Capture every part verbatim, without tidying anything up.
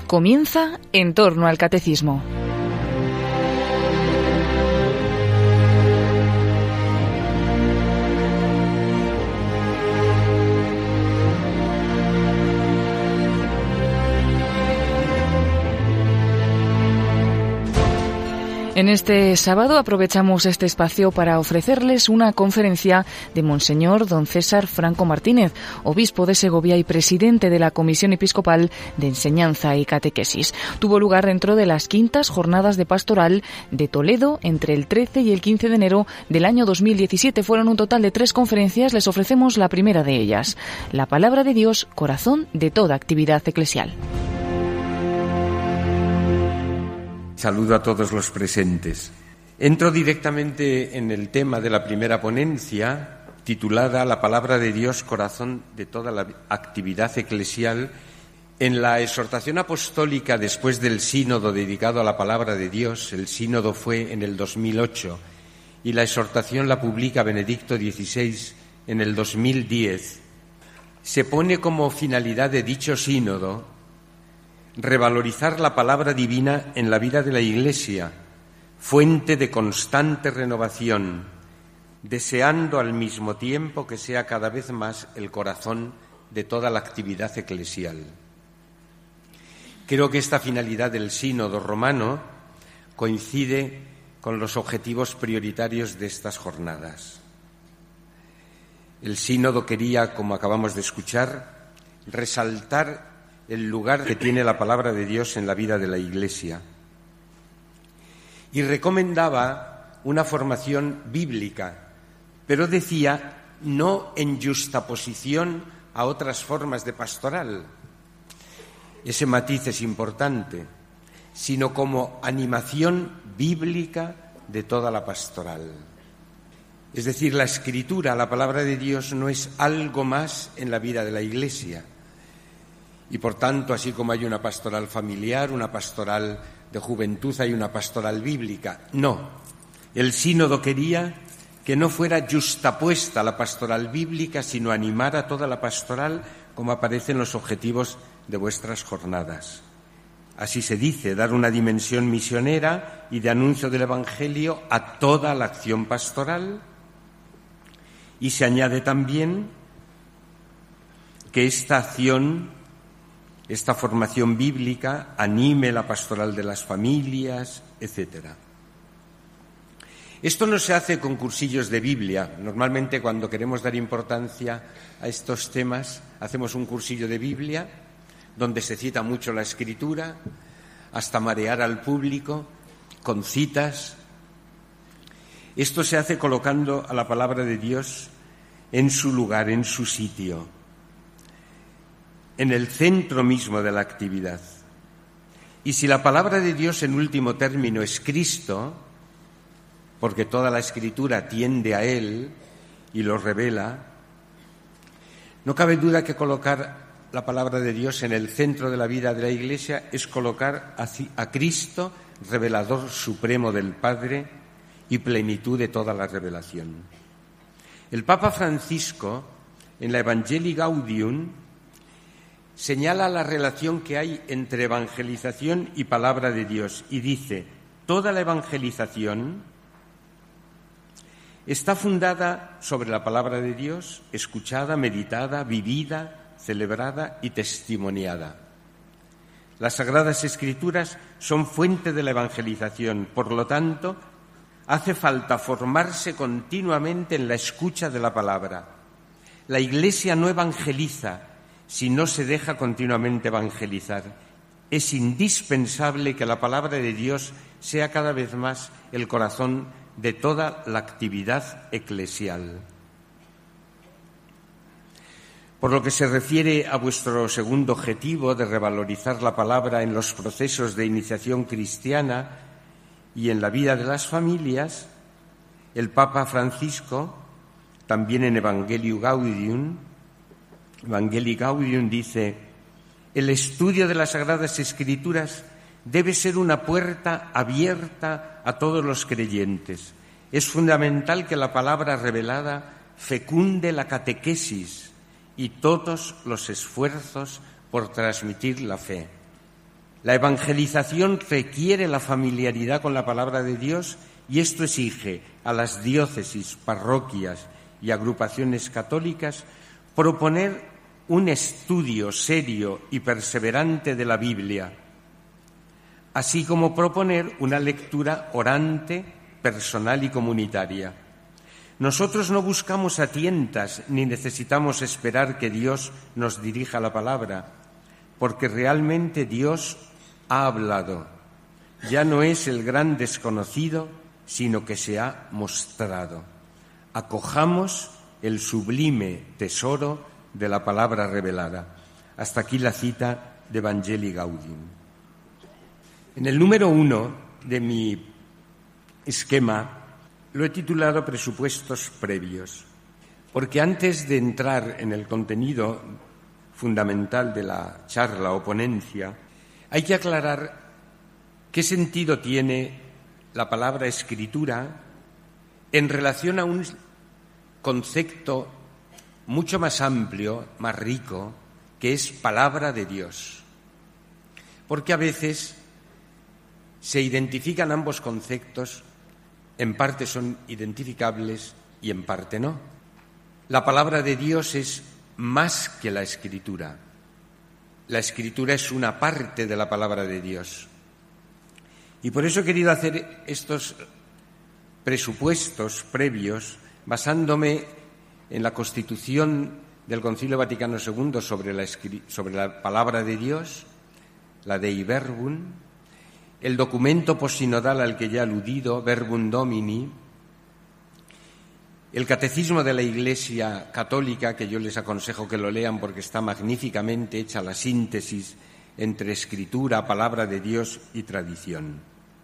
Comienza En torno al Catecismo. En este sábado aprovechamos este espacio para ofrecerles una conferencia de Monseñor don César Franco Martínez, obispo de Segovia y presidente de la Comisión Episcopal de Enseñanza y Catequesis. Tuvo lugar dentro de las quintas jornadas de pastoral de Toledo entre el trece y el quince de enero del año dos mil diecisiete. Fueron un total de tres conferencias. Les ofrecemos la primera de ellas: La Palabra de Dios, corazón de toda actividad eclesial. Saludo a todos los presentes. Entro directamente en el tema de la primera ponencia, titulada La Palabra de Dios, corazón de toda la actividad eclesial. En la exhortación apostólica después del sínodo dedicado a la Palabra de Dios, el sínodo fue en el dos mil ocho y la exhortación la publica Benedicto dieciséis en el dos mil diez, se pone como finalidad de dicho sínodo revalorizar la palabra divina en la vida de la Iglesia, fuente de constante renovación, deseando al mismo tiempo que sea cada vez más el corazón de toda la actividad eclesial. Creo que esta finalidad del Sínodo romano coincide con los objetivos prioritarios de estas jornadas. El Sínodo quería, como acabamos de escuchar, resaltar el lugar que tiene la palabra de Dios en la vida de la Iglesia. Y recomendaba una formación bíblica, pero decía no en yuxtaposición a otras formas de pastoral. Ese matiz es importante, sino como animación bíblica de toda la pastoral. Es decir, la Escritura, la palabra de Dios, no es algo más en la vida de la Iglesia. Y, por tanto, así como hay una pastoral familiar, una pastoral de juventud, hay una pastoral bíblica. No, el sínodo quería que no fuera yuxtapuesta la pastoral bíblica, sino animar a toda la pastoral, como aparece en los objetivos de vuestras jornadas. Así se dice, dar una dimensión misionera y de anuncio del Evangelio a toda la acción pastoral. Y se añade también que esta acción, esta formación bíblica, anime la pastoral de las familias, etcétera. Esto no se hace con cursillos de Biblia. Normalmente, cuando queremos dar importancia a estos temas, hacemos un cursillo de Biblia donde se cita mucho la Escritura, hasta marear al público, con citas. Esto se hace colocando a la palabra de Dios en su lugar, en su sitio, en el centro mismo de la actividad. Y si la palabra de Dios en último término es Cristo, porque toda la Escritura tiende a Él y lo revela, no cabe duda que colocar la palabra de Dios en el centro de la vida de la Iglesia es colocar a Cristo, revelador supremo del Padre y plenitud de toda la revelación. El Papa Francisco, en la Evangelii Gaudium, señala la relación que hay entre evangelización y palabra de Dios y dice: toda la evangelización está fundada sobre la palabra de Dios, escuchada, meditada, vivida, celebrada y testimoniada. Las Sagradas Escrituras son fuente de la evangelización, por lo tanto, hace falta formarse continuamente en la escucha de la palabra. La Iglesia no evangeliza si no se deja continuamente evangelizar. Es indispensable que la palabra de Dios sea cada vez más el corazón de toda la actividad eclesial. Por lo que se refiere a vuestro segundo objetivo de revalorizar la palabra en los procesos de iniciación cristiana y en la vida de las familias, el Papa Francisco, también en Evangelii Gaudium, Evangelii Gaudium dice: el estudio de las Sagradas Escrituras debe ser una puerta abierta a todos los creyentes. Es fundamental que la palabra revelada fecunde la catequesis y todos los esfuerzos por transmitir la fe. La evangelización requiere la familiaridad con la palabra de Dios y esto exige a las diócesis, parroquias y agrupaciones católicas proponer un estudio serio y perseverante de la Biblia, así como proponer una lectura orante, personal y comunitaria. Nosotros no buscamos a tientas ni necesitamos esperar que Dios nos dirija la palabra, porque realmente Dios ha hablado. Ya no es el gran desconocido, sino que se ha mostrado. Acojamos el sublime tesoro de la palabra revelada. Hasta aquí la cita de Evangelii Gaudium. En el número uno de mi esquema lo he titulado Presupuestos previos, porque antes de entrar en el contenido fundamental de la charla o ponencia, hay que aclarar qué sentido tiene la palabra escritura en relación a un concepto mucho más amplio, más rico, que es palabra de Dios. Porque a veces se identifican ambos conceptos, en parte son identificables y en parte no. La palabra de Dios es más que la Escritura. La Escritura es una parte de la palabra de Dios. Y por eso he querido hacer estos presupuestos previos basándome en la Constitución del Concilio Vaticano segundo sobre la, sobre la palabra de Dios, la Dei Verbum, el documento posinodal al que ya he aludido, Verbum Domini, el Catecismo de la Iglesia Católica, que yo les aconsejo que lo lean porque está magníficamente hecha la síntesis entre Escritura, palabra de Dios y tradición.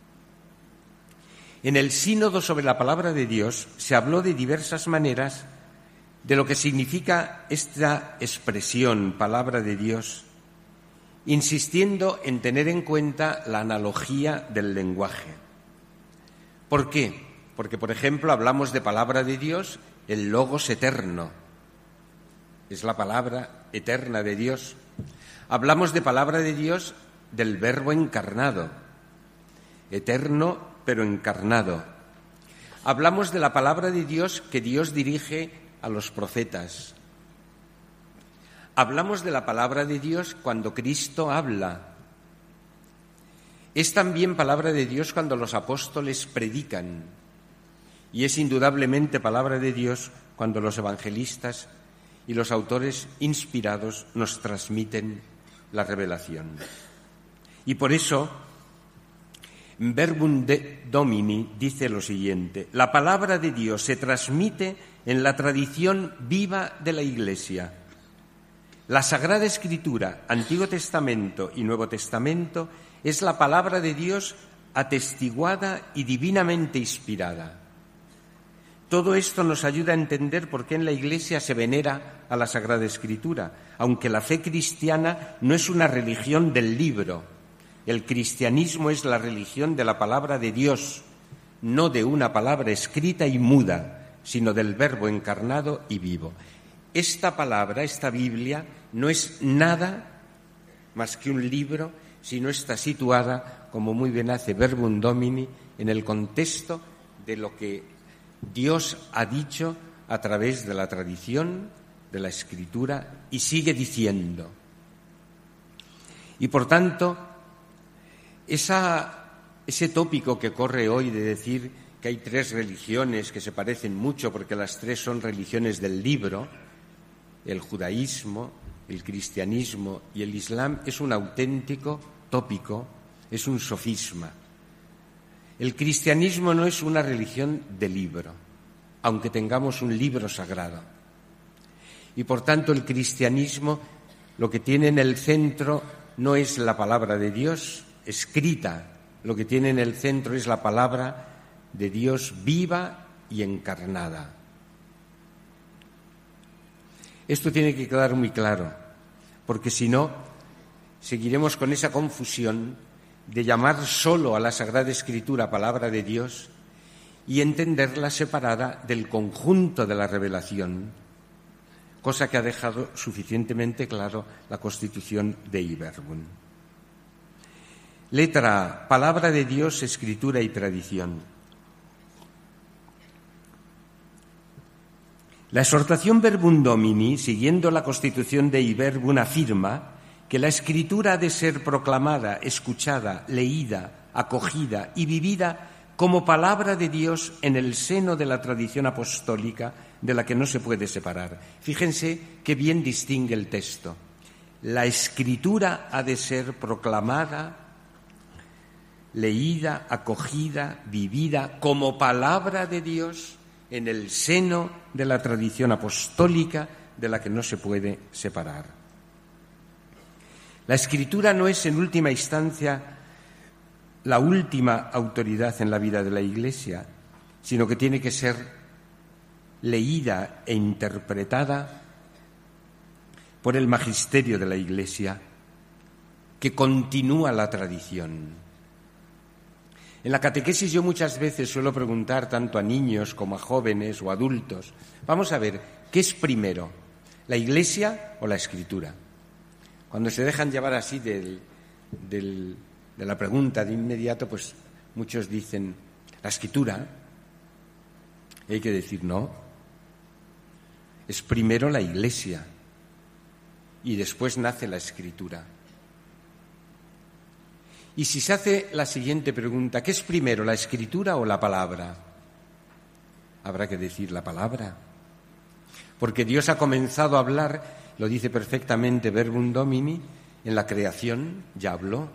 En el Sínodo sobre la palabra de Dios se habló de diversas maneras de lo que significa esta expresión, palabra de Dios, insistiendo en tener en cuenta la analogía del lenguaje. ¿Por qué? Porque, por ejemplo, hablamos de palabra de Dios, el Logos eterno. Es la palabra eterna de Dios. Hablamos de palabra de Dios del Verbo encarnado, eterno pero encarnado. Hablamos de la palabra de Dios que Dios dirige a los profetas. Hablamos de la palabra de Dios cuando Cristo habla. Es también palabra de Dios cuando los apóstoles predican. Y es indudablemente palabra de Dios cuando los evangelistas y los autores inspirados nos transmiten la revelación. Y por eso, Verbum Domini dice lo siguiente: la palabra de Dios se transmite en la tradición viva de la Iglesia. La Sagrada Escritura, Antiguo Testamento y Nuevo Testamento, es la palabra de Dios atestiguada y divinamente inspirada. Todo esto nos ayuda a entender por qué en la Iglesia se venera a la Sagrada Escritura, aunque la fe cristiana no es una religión del libro. El cristianismo es la religión de la palabra de Dios, no de una palabra escrita y muda, sino del Verbo encarnado y vivo. Esta palabra, esta Biblia, no es nada más que un libro, sino está situada, como muy bien hace Verbum Domini, en el contexto de lo que Dios ha dicho a través de la tradición, de la Escritura, y sigue diciendo. Y por tanto, esa, ese tópico que corre hoy de decir que hay tres religiones que se parecen mucho porque las tres son religiones del libro, el judaísmo, el cristianismo y el islam, es un auténtico tópico, es un sofisma. El cristianismo no es una religión de libro, aunque tengamos un libro sagrado. Y por tanto el cristianismo lo que tiene en el centro no es la palabra de Dios escrita, lo que tiene en el centro es la palabra de Dios viva y encarnada. Esto tiene que quedar muy claro, porque si no, seguiremos con esa confusión de llamar solo a la Sagrada Escritura palabra de Dios y entenderla separada del conjunto de la revelación, cosa que ha dejado suficientemente claro la Constitución Dei Verbum. Letra A, palabra de Dios, escritura y tradición. La exhortación Verbum Domini, siguiendo la constitución Dei Verbum, afirma que la escritura ha de ser proclamada, escuchada, leída, acogida y vivida como palabra de Dios en el seno de la tradición apostólica de la que no se puede separar. Fíjense qué bien distingue el texto. La escritura ha de ser proclamada, leída, acogida, vivida como palabra de Dios en el seno de la tradición apostólica de la que no se puede separar. La escritura no es en última instancia la última autoridad en la vida de la Iglesia, sino que tiene que ser leída e interpretada por el magisterio de la Iglesia, que continúa la tradición. En la catequesis yo muchas veces suelo preguntar tanto a niños como a jóvenes o adultos, vamos a ver, ¿qué es primero, la Iglesia o la Escritura? Cuando se dejan llevar así del, del, de la pregunta de inmediato, pues muchos dicen, la Escritura. Y hay que decir, no, es primero la Iglesia y después nace la Escritura. Y si se hace la siguiente pregunta, ¿qué es primero, la Escritura o la palabra? Habrá que decir la palabra, porque Dios ha comenzado a hablar, lo dice perfectamente Verbum Domini, en la creación ya habló.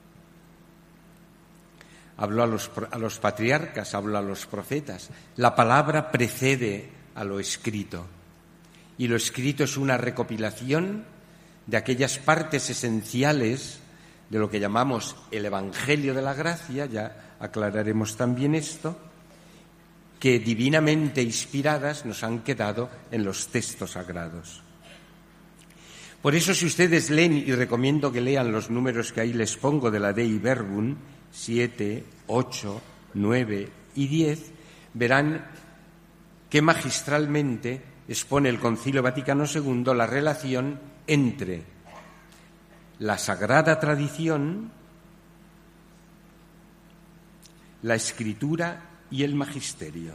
Habló a los, a los patriarcas, habló a los profetas. La palabra precede a lo escrito, y lo escrito es una recopilación de aquellas partes esenciales de lo que llamamos el Evangelio de la Gracia, ya aclararemos también esto, que divinamente inspiradas nos han quedado en los textos sagrados. Por eso, si ustedes leen, y recomiendo que lean los números que ahí les pongo de la Dei Verbum, siete, ocho, nueve y diez, verán que magistralmente expone el Concilio Vaticano segundo la relación entre la sagrada tradición, la escritura y el magisterio.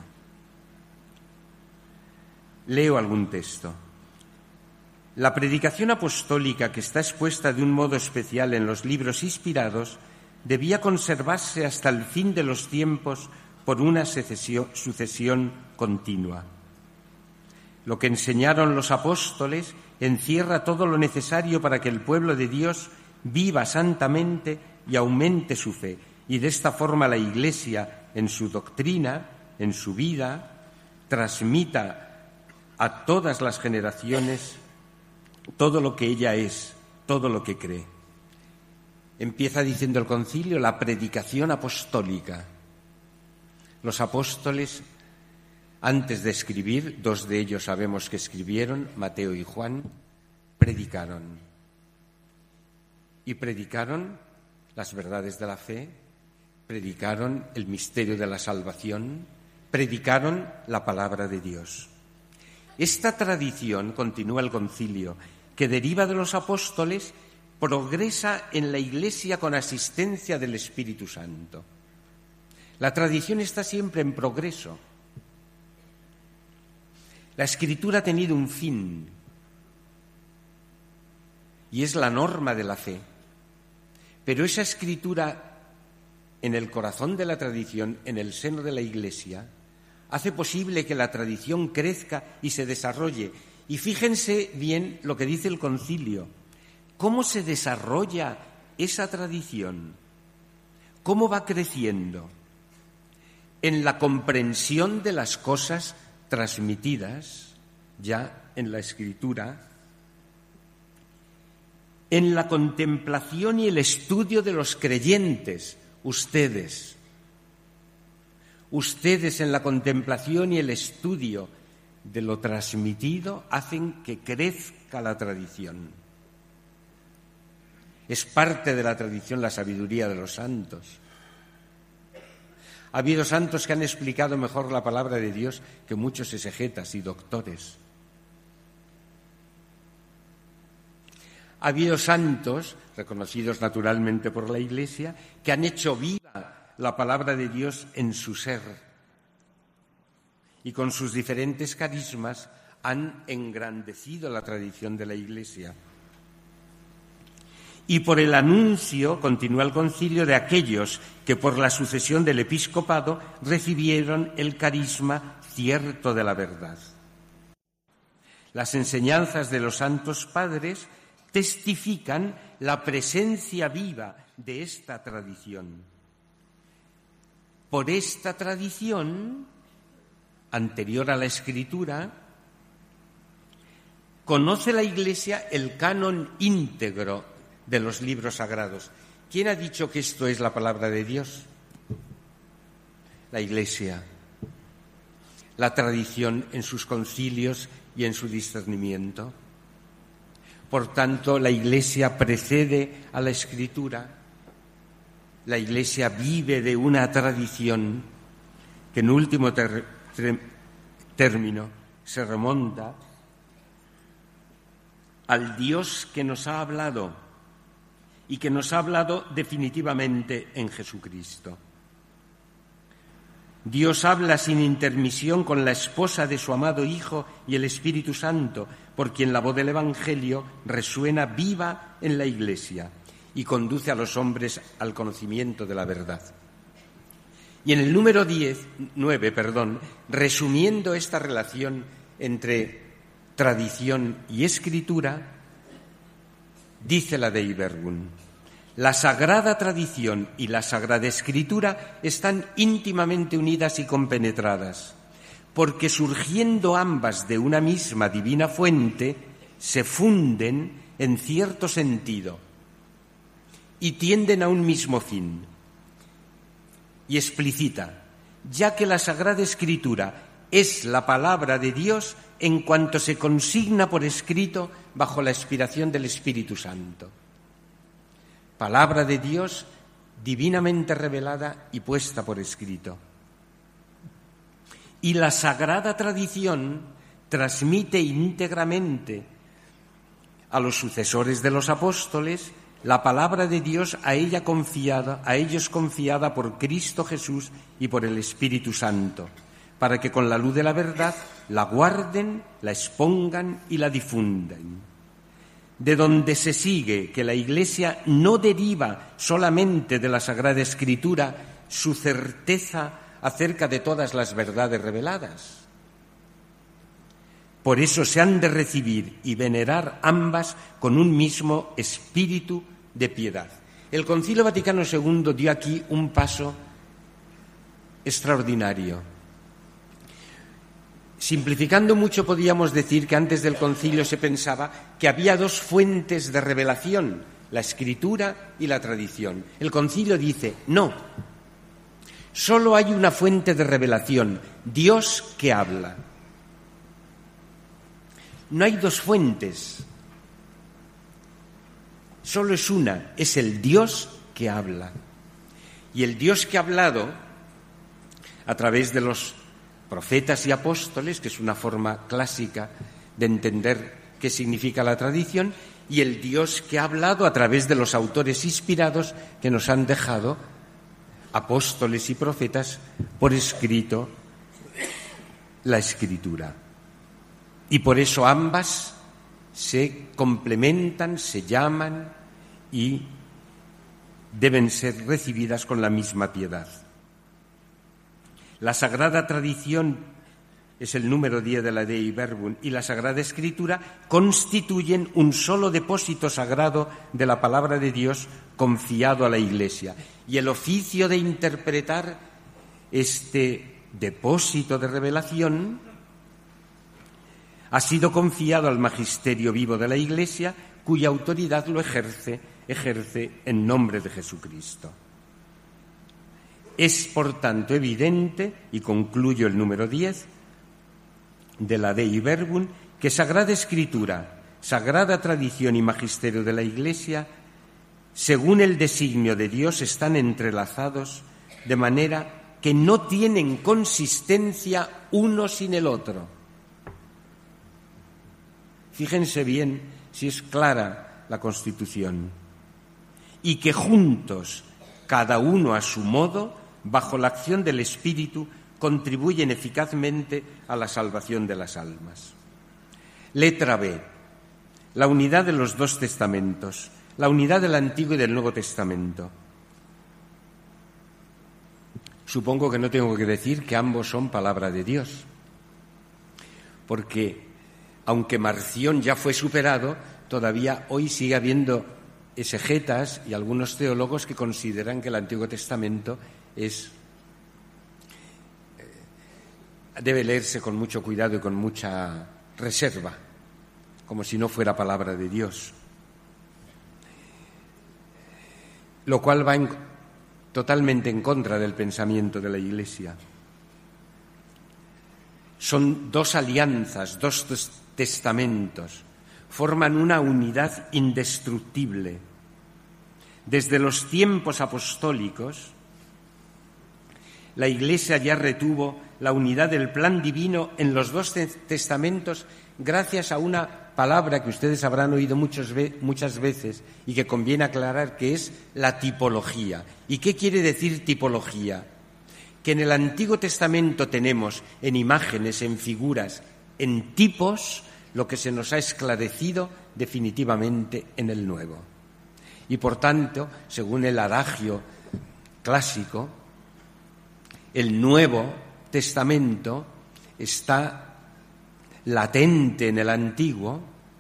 Leo algún texto. La predicación apostólica, que está expuesta de un modo especial en los libros inspirados, debía conservarse hasta el fin de los tiempos por una sucesión continua. Lo que enseñaron los apóstoles encierra todo lo necesario para que el pueblo de Dios viva santamente y aumente su fe, y de esta forma la Iglesia, en su doctrina, en su vida, transmita a todas las generaciones todo lo que ella es, todo lo que cree. Empieza diciendo el concilio la predicación apostólica. Los apóstoles, antes de escribir, dos de ellos sabemos que escribieron, Mateo y Juan, predicaron. Y predicaron las verdades de la fe, predicaron el misterio de la salvación, predicaron la palabra de Dios. Esta tradición, continúa el concilio, que deriva de los apóstoles, progresa en la Iglesia con asistencia del Espíritu Santo. La tradición está siempre en progreso. La Escritura ha tenido un fin y es la norma de la fe. Pero esa Escritura, en el corazón de la tradición, en el seno de la Iglesia, hace posible que la tradición crezca y se desarrolle. Y fíjense bien lo que dice el concilio. ¿Cómo se desarrolla esa tradición? ¿Cómo va creciendo? En la comprensión de las cosas transmitidas ya en la Escritura, en la contemplación y el estudio de los creyentes, ustedes. Ustedes en la contemplación y el estudio de lo transmitido hacen que crezca la tradición. Es parte de la tradición la sabiduría de los santos. Ha habido santos que han explicado mejor la palabra de Dios que muchos exegetas y doctores. Ha habido santos, reconocidos naturalmente por la Iglesia, que han hecho viva la palabra de Dios en su ser y con sus diferentes carismas han engrandecido la tradición de la Iglesia. Y por el anuncio, continúa el concilio, de aquellos que por la sucesión del episcopado recibieron el carisma cierto de la verdad. Las enseñanzas de los santos padres testifican la presencia viva de esta tradición. Por esta tradición, anterior a la Escritura, conoce la Iglesia el canon íntegro de los libros sagrados. ¿Quién ha dicho que esto es la palabra de Dios? La Iglesia. La tradición en sus concilios y en su discernimiento. Por tanto, la Iglesia precede a la Escritura. La Iglesia vive de una tradición que en último ter- ter- término se remonta al Dios que nos ha hablado y que nos ha hablado definitivamente en Jesucristo. Dios habla sin intermisión con la esposa de su amado Hijo y el Espíritu Santo, por quien la voz del Evangelio resuena viva en la Iglesia y conduce a los hombres al conocimiento de la verdad. Y en el número diez, nueve, perdón, resumiendo esta relación entre tradición y escritura, dice la Dei Verbum: la sagrada tradición y la sagrada escritura están íntimamente unidas y compenetradas, porque surgiendo ambas de una misma divina fuente, se funden en cierto sentido y tienden a un mismo fin. Y explicita: ya que la Sagrada Escritura es la palabra de Dios en cuanto se consigna por escrito bajo la inspiración del Espíritu Santo. Palabra de Dios divinamente revelada y puesta por escrito. Y la sagrada tradición transmite íntegramente a los sucesores de los apóstoles la palabra de Dios a ella confiada, a ellos confiada por Cristo Jesús y por el Espíritu Santo, para que con la luz de la verdad la guarden, la expongan y la difundan. De donde se sigue que la Iglesia no deriva solamente de la Sagrada Escritura su certeza acerca de todas las verdades reveladas. Por eso se han de recibir y venerar ambas con un mismo espíritu de piedad. El Concilio Vaticano segundo dio aquí un paso extraordinario. Simplificando mucho, podríamos decir que antes del concilio se pensaba que había dos fuentes de revelación, la Escritura y la tradición. El concilio dice, no, solo hay una fuente de revelación, Dios que habla. No hay dos fuentes, solo es una, es el Dios que habla. Y el Dios que ha hablado a través de los profetas y apóstoles, que es una forma clásica de entender qué significa la tradición, y el Dios que ha hablado a través de los autores inspirados que nos han dejado, apóstoles y profetas, por escrito la Escritura. Y por eso ambas se complementan, se llaman y deben ser recibidas con la misma piedad. La Sagrada Tradición es el número diez de la Dei Verbum y la Sagrada Escritura constituyen un solo depósito sagrado de la palabra de Dios confiado a la Iglesia. Y el oficio de interpretar este depósito de revelación ha sido confiado al magisterio vivo de la Iglesia, cuya autoridad lo ejerce, ejerce en nombre de Jesucristo. Es, por tanto, evidente, y concluyo el número diez de la Dei Verbum, que Sagrada Escritura, Sagrada Tradición y Magisterio de la Iglesia, según el designio de Dios, están entrelazados de manera que no tienen consistencia uno sin el otro. Fíjense bien si es clara la Constitución y que juntos, cada uno a su modo, bajo la acción del Espíritu, contribuyen eficazmente a la salvación de las almas. Letra B. La unidad de los dos testamentos, la unidad del Antiguo y del Nuevo Testamento. Supongo que no tengo que decir que ambos son palabra de Dios, porque aunque Marción ya fue superado, todavía hoy sigue habiendo exegetas y algunos teólogos que consideran que el Antiguo Testamento es, eh, debe leerse con mucho cuidado y con mucha reserva, como si no fuera palabra de Dios. Lo cual va en, totalmente en contra del pensamiento de la Iglesia. Son dos alianzas, dos testamentos, forman una unidad indestructible. Desde los tiempos apostólicos, la Iglesia ya retuvo la unidad del plan divino en los dos testamentos gracias a una palabra que ustedes habrán oído muchas veces y que conviene aclarar, que es la tipología. ¿Y qué quiere decir tipología? Que en el Antiguo Testamento tenemos en imágenes, en figuras, en tipos, lo que se nos ha esclarecido definitivamente en el Nuevo. Y por tanto, según el adagio clásico, el Nuevo Testamento está latente en el Antiguo,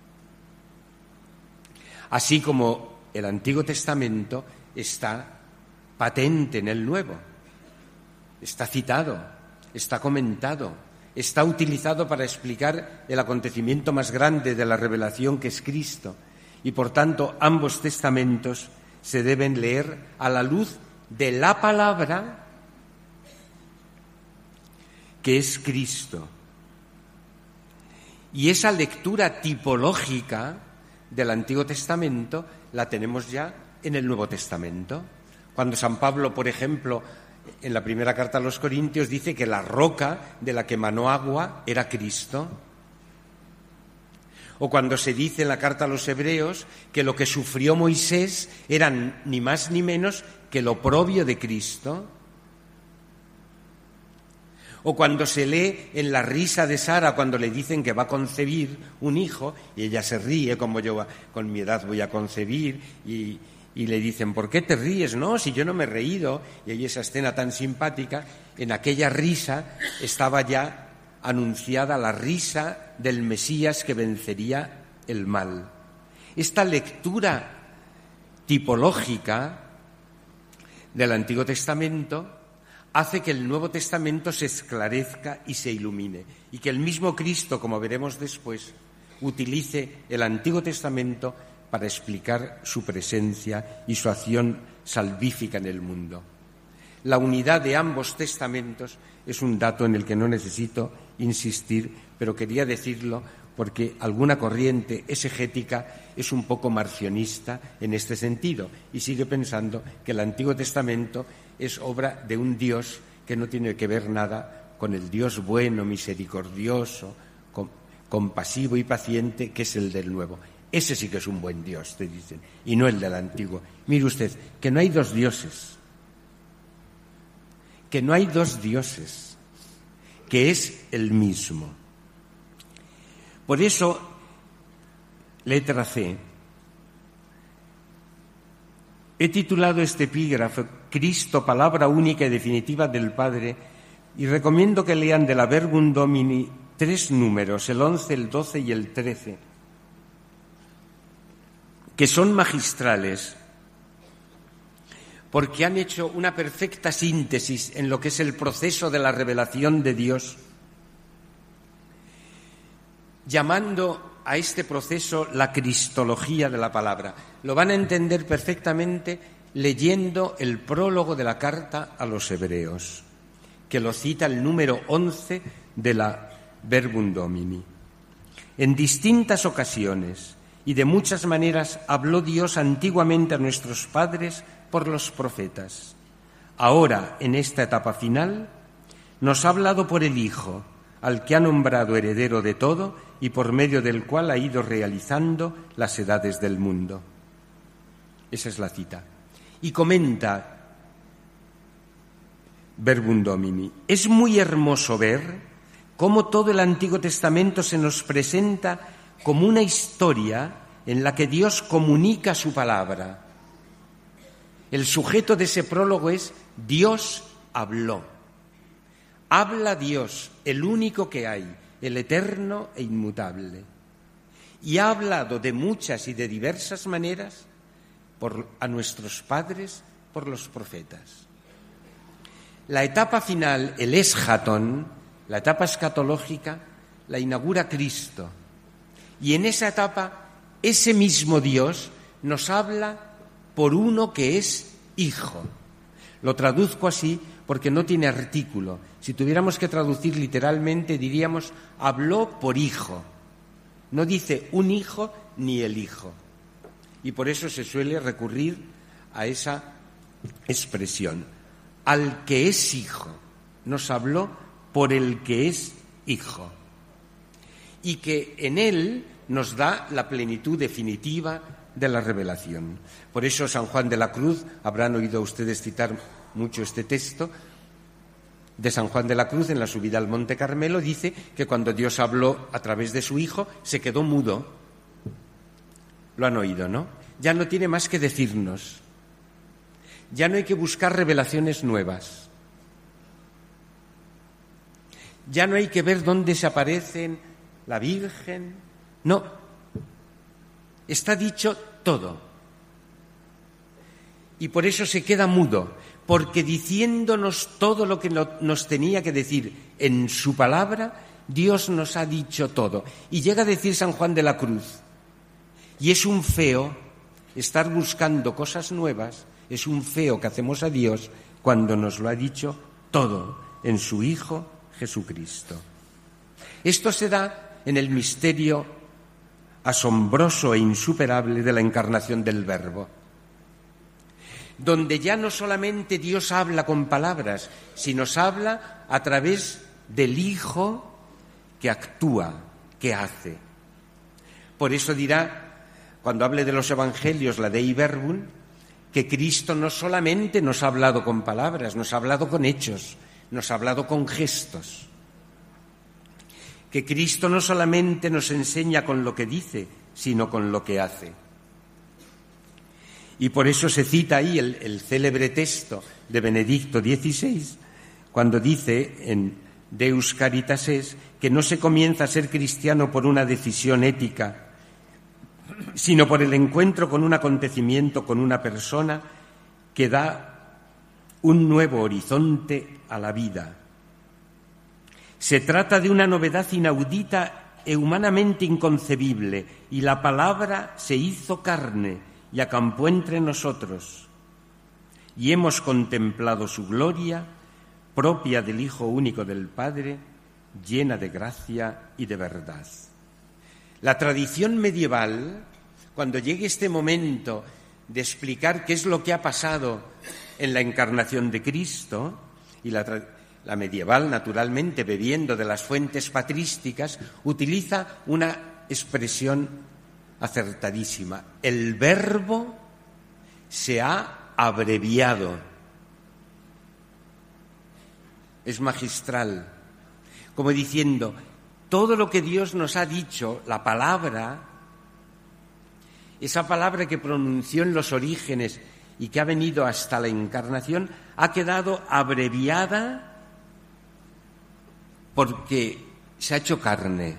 así como el Antiguo Testamento está patente en el Nuevo. Está citado, está comentado, está utilizado para explicar el acontecimiento más grande de la revelación, que es Cristo. Y por tanto, ambos testamentos se deben leer a la luz de la palabra, que es Cristo. Y esa lectura tipológica del Antiguo Testamento la tenemos ya en el Nuevo Testamento. Cuando San Pablo, por ejemplo, en la primera carta a los Corintios dice que la roca de la que manó agua era Cristo. O cuando se dice en la carta a los Hebreos que lo que sufrió Moisés era ni más ni menos que lo oprobio de Cristo. O cuando se lee en la risa de Sara cuando le dicen que va a concebir un hijo y ella se ríe, como yo con mi edad voy a concebir, y, y le dicen, ¿por qué te ríes? No, si yo no me he reído. Y hay esa escena tan simpática, en aquella risa estaba ya anunciada la risa del Mesías que vencería el mal. Esta lectura tipológica del Antiguo Testamento hace que el Nuevo Testamento se esclarezca y se ilumine, y que el mismo Cristo, como veremos después, utilice el Antiguo Testamento para explicar su presencia y su acción salvífica en el mundo. La unidad de ambos testamentos es un dato en el que no necesito insistir, pero quería decirlo porque alguna corriente exegética es un poco marcionista en este sentido y sigue pensando que el Antiguo Testamento es obra de un Dios que no tiene que ver nada con el Dios bueno, misericordioso, compasivo y paciente, que es el del Nuevo. Ese sí que es un buen Dios, te dicen, y no el del Antiguo. Mire usted, que no hay dos dioses, que no hay dos dioses, que es el mismo. Por eso, letra C, he titulado este epígrafe Cristo, palabra única y definitiva del Padre, y recomiendo que lean de la Verbum Domini tres números, el once, el doce y el trece, que son magistrales, porque han hecho una perfecta síntesis en lo que es el proceso de la revelación de Dios, llamando a este proceso la cristología de la palabra. Lo van a entender perfectamente leyendo el prólogo de la carta a los Hebreos, que lo cita el número once de la Verbum Domini. En distintas ocasiones y de muchas maneras habló Dios antiguamente a nuestros padres por los profetas. Ahora, en esta etapa final, nos ha hablado por el Hijo, al que ha nombrado heredero de todo y por medio del cual ha ido realizando las edades del mundo. Esa es la cita. Y comenta Verbum Domini: es muy hermoso ver cómo todo el Antiguo Testamento se nos presenta como una historia en la que Dios comunica su palabra. El sujeto de ese prólogo es Dios habló. Habla Dios, el único que hay, el eterno e inmutable. Y ha hablado de muchas y de diversas maneras por, a nuestros padres por los profetas. La etapa final, el eschaton, la etapa escatológica, la inaugura Cristo. Y en esa etapa, ese mismo Dios nos habla por uno que es Hijo. Lo traduzco así porque no tiene artículo. Si tuviéramos que traducir literalmente, diríamos, habló por Hijo. No dice un hijo ni el Hijo. Y por eso se suele recurrir a esa expresión. Al que es Hijo. Nos habló por el que es Hijo. Y que en él nos da la plenitud definitiva de la revelación. Por eso San Juan de la Cruz, habrán oído ustedes citar mucho este texto de San Juan de la Cruz en la subida al Monte Carmelo, dice que cuando Dios habló a través de su Hijo, se quedó mudo. Lo han oído, ¿no? Ya no tiene más que decirnos. Ya no hay que buscar revelaciones nuevas. Ya no hay que ver dónde se aparecen la Virgen. No. Está dicho todo. Y por eso se queda mudo, porque diciéndonos todo lo que nos tenía que decir en su palabra, Dios nos ha dicho todo. Y llega a decir San Juan de la Cruz, y es un feo estar buscando cosas nuevas, es un feo que hacemos a Dios cuando nos lo ha dicho todo en su Hijo Jesucristo. Esto se da en el misterio asombroso e insuperable de la encarnación del Verbo, donde ya no solamente Dios habla con palabras, sino habla a través del Hijo que actúa, que hace. Por eso dirá, cuando hable de los Evangelios, la Dei Verbum, que Cristo no solamente nos ha hablado con palabras, nos ha hablado con hechos, nos ha hablado con gestos. Que Cristo no solamente nos enseña con lo que dice, sino con lo que hace. Y por eso se cita ahí el, el célebre texto de Benedicto dieciséis, cuando dice en Deus Caritas es que no se comienza a ser cristiano por una decisión ética, sino por el encuentro con un acontecimiento, con una persona que da un nuevo horizonte a la vida. Se trata de una novedad inaudita e humanamente inconcebible, y la palabra se hizo carne y acampó entre nosotros, y hemos contemplado su gloria, propia del Hijo único del Padre, llena de gracia y de verdad. La tradición medieval, cuando llegue este momento de explicar qué es lo que ha pasado en la encarnación de Cristo, y la tradición La medieval, naturalmente, bebiendo de las fuentes patrísticas, utiliza una expresión acertadísima. El Verbo se ha abreviado. Es magistral. Como diciendo, todo lo que Dios nos ha dicho, la palabra, esa palabra que pronunció en los orígenes y que ha venido hasta la encarnación, ha quedado abreviada porque se ha hecho carne.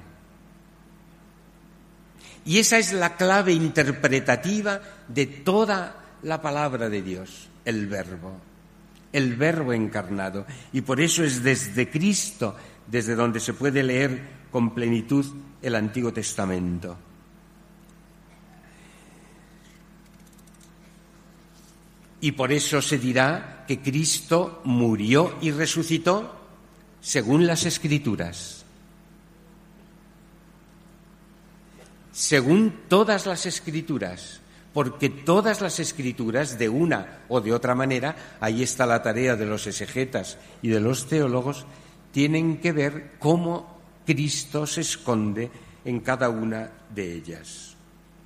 Y esa es la clave interpretativa de toda la palabra de Dios, el Verbo, el Verbo encarnado. Y por eso es desde Cristo, desde donde se puede leer con plenitud el Antiguo Testamento. Y por eso se dirá que Cristo murió y resucitó según las Escrituras, según todas las Escrituras, porque todas las Escrituras, de una o de otra manera, ahí está la tarea de los exegetas y de los teólogos, tienen que ver cómo Cristo se esconde en cada una de ellas.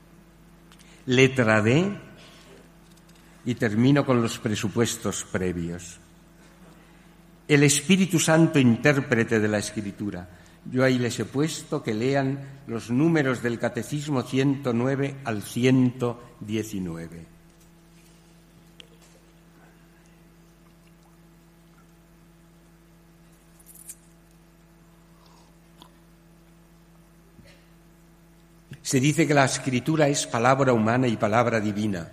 Letra D, y termino con los presupuestos previos. El Espíritu Santo, intérprete de la Escritura. Yo ahí les he puesto que lean los números del Catecismo ciento nueve al ciento diecinueve. Se dice que la Escritura es palabra humana y palabra divina.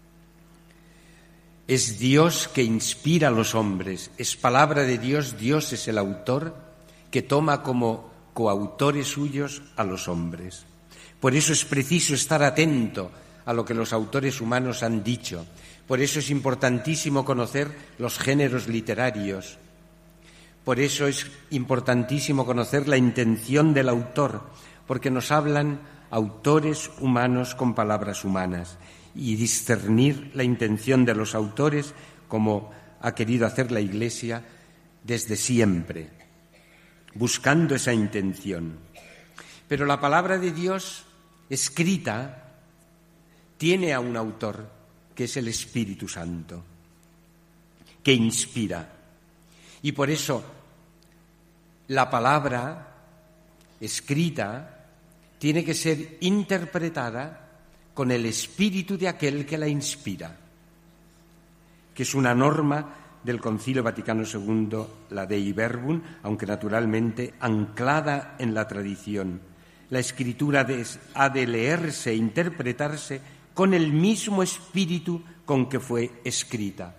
Es Dios que inspira a los hombres, es palabra de Dios, Dios es el autor que toma como coautores suyos a los hombres. Por eso es preciso estar atento a lo que los autores humanos han dicho. Por eso es importantísimo conocer los géneros literarios. Por eso es importantísimo conocer la intención del autor, porque nos hablan autores humanos con palabras humanas, y discernir la intención de los autores como ha querido hacer la Iglesia desde siempre, buscando esa intención. Pero la palabra de Dios escrita tiene a un autor, que es el Espíritu Santo, que inspira. Y por eso la palabra escrita tiene que ser interpretada con el espíritu de aquel que la inspira, que es una norma del Concilio Vaticano segundo, la Dei Verbum, aunque naturalmente anclada en la tradición. La Escritura ha de leerse e interpretarse con el mismo espíritu con que fue escrita.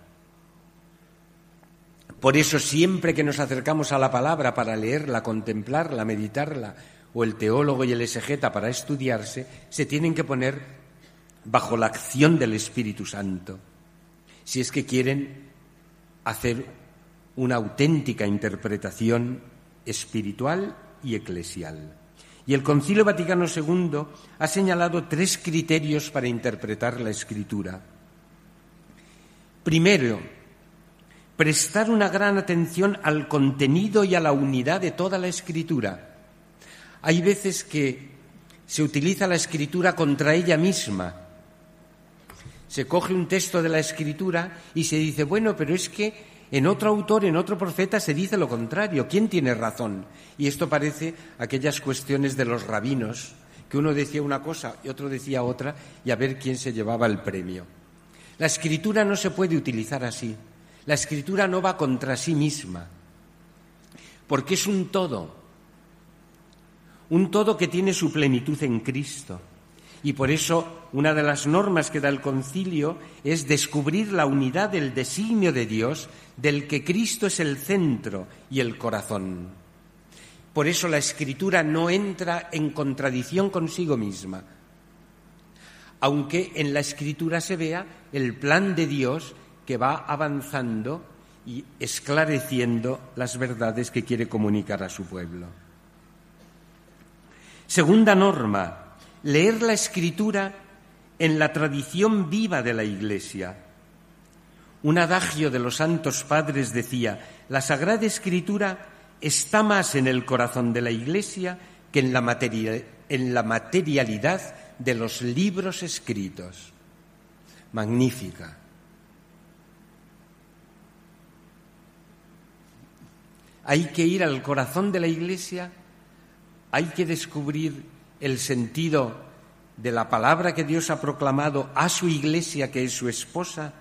Por eso, siempre que nos acercamos a la palabra para leerla, contemplarla, meditarla, o el teólogo y el exegeta para estudiarse, se tienen que poner bajo la acción del Espíritu Santo, si es que quieren hacer una auténtica interpretación espiritual y eclesial. Y el Concilio Vaticano segundo ha señalado tres criterios para interpretar la Escritura. Primero, prestar una gran atención al contenido y a la unidad de toda la Escritura. Hay veces que se utiliza la Escritura contra ella misma. Se coge un texto de la Escritura y se dice, bueno, pero es que en otro autor, en otro profeta se dice lo contrario. ¿Quién tiene razón? Y esto parece aquellas cuestiones de los rabinos, que uno decía una cosa y otro decía otra, y a ver quién se llevaba el premio. La Escritura no se puede utilizar así. La Escritura no va contra sí misma, porque es un todo, un todo que tiene su plenitud en Cristo. Y por eso una de las normas que da el Concilio es descubrir la unidad del designio de Dios, del que Cristo es el centro y el corazón. Por eso la Escritura no entra en contradicción consigo misma, aunque en la Escritura se vea el plan de Dios que va avanzando y esclareciendo las verdades que quiere comunicar a su pueblo. Segunda norma, leer la Escritura en la tradición viva de la Iglesia. Un adagio de los santos padres decía, la Sagrada Escritura está más en el corazón de la Iglesia que en la, materia, en la materialidad de los libros escritos. Magnífica. Hay que ir al corazón de la Iglesia, hay que descubrir el sentido de la palabra que Dios ha proclamado a su Iglesia, que es su esposa,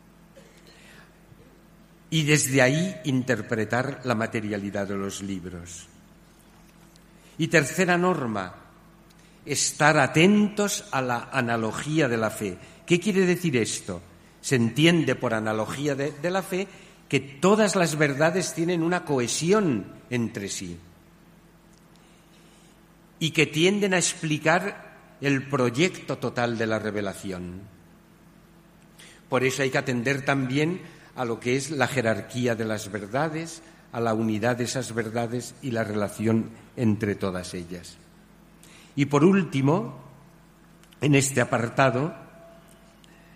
y desde ahí interpretar la materialidad de los libros. Y tercera norma, estar atentos a la analogía de la fe. ¿Qué quiere decir esto? Se entiende por analogía de, de la fe que todas las verdades tienen una cohesión entre sí y que tienden a explicar el proyecto total de la revelación. Por eso hay que atender también a lo que es la jerarquía de las verdades, a la unidad de esas verdades y la relación entre todas ellas. Y por último, en este apartado,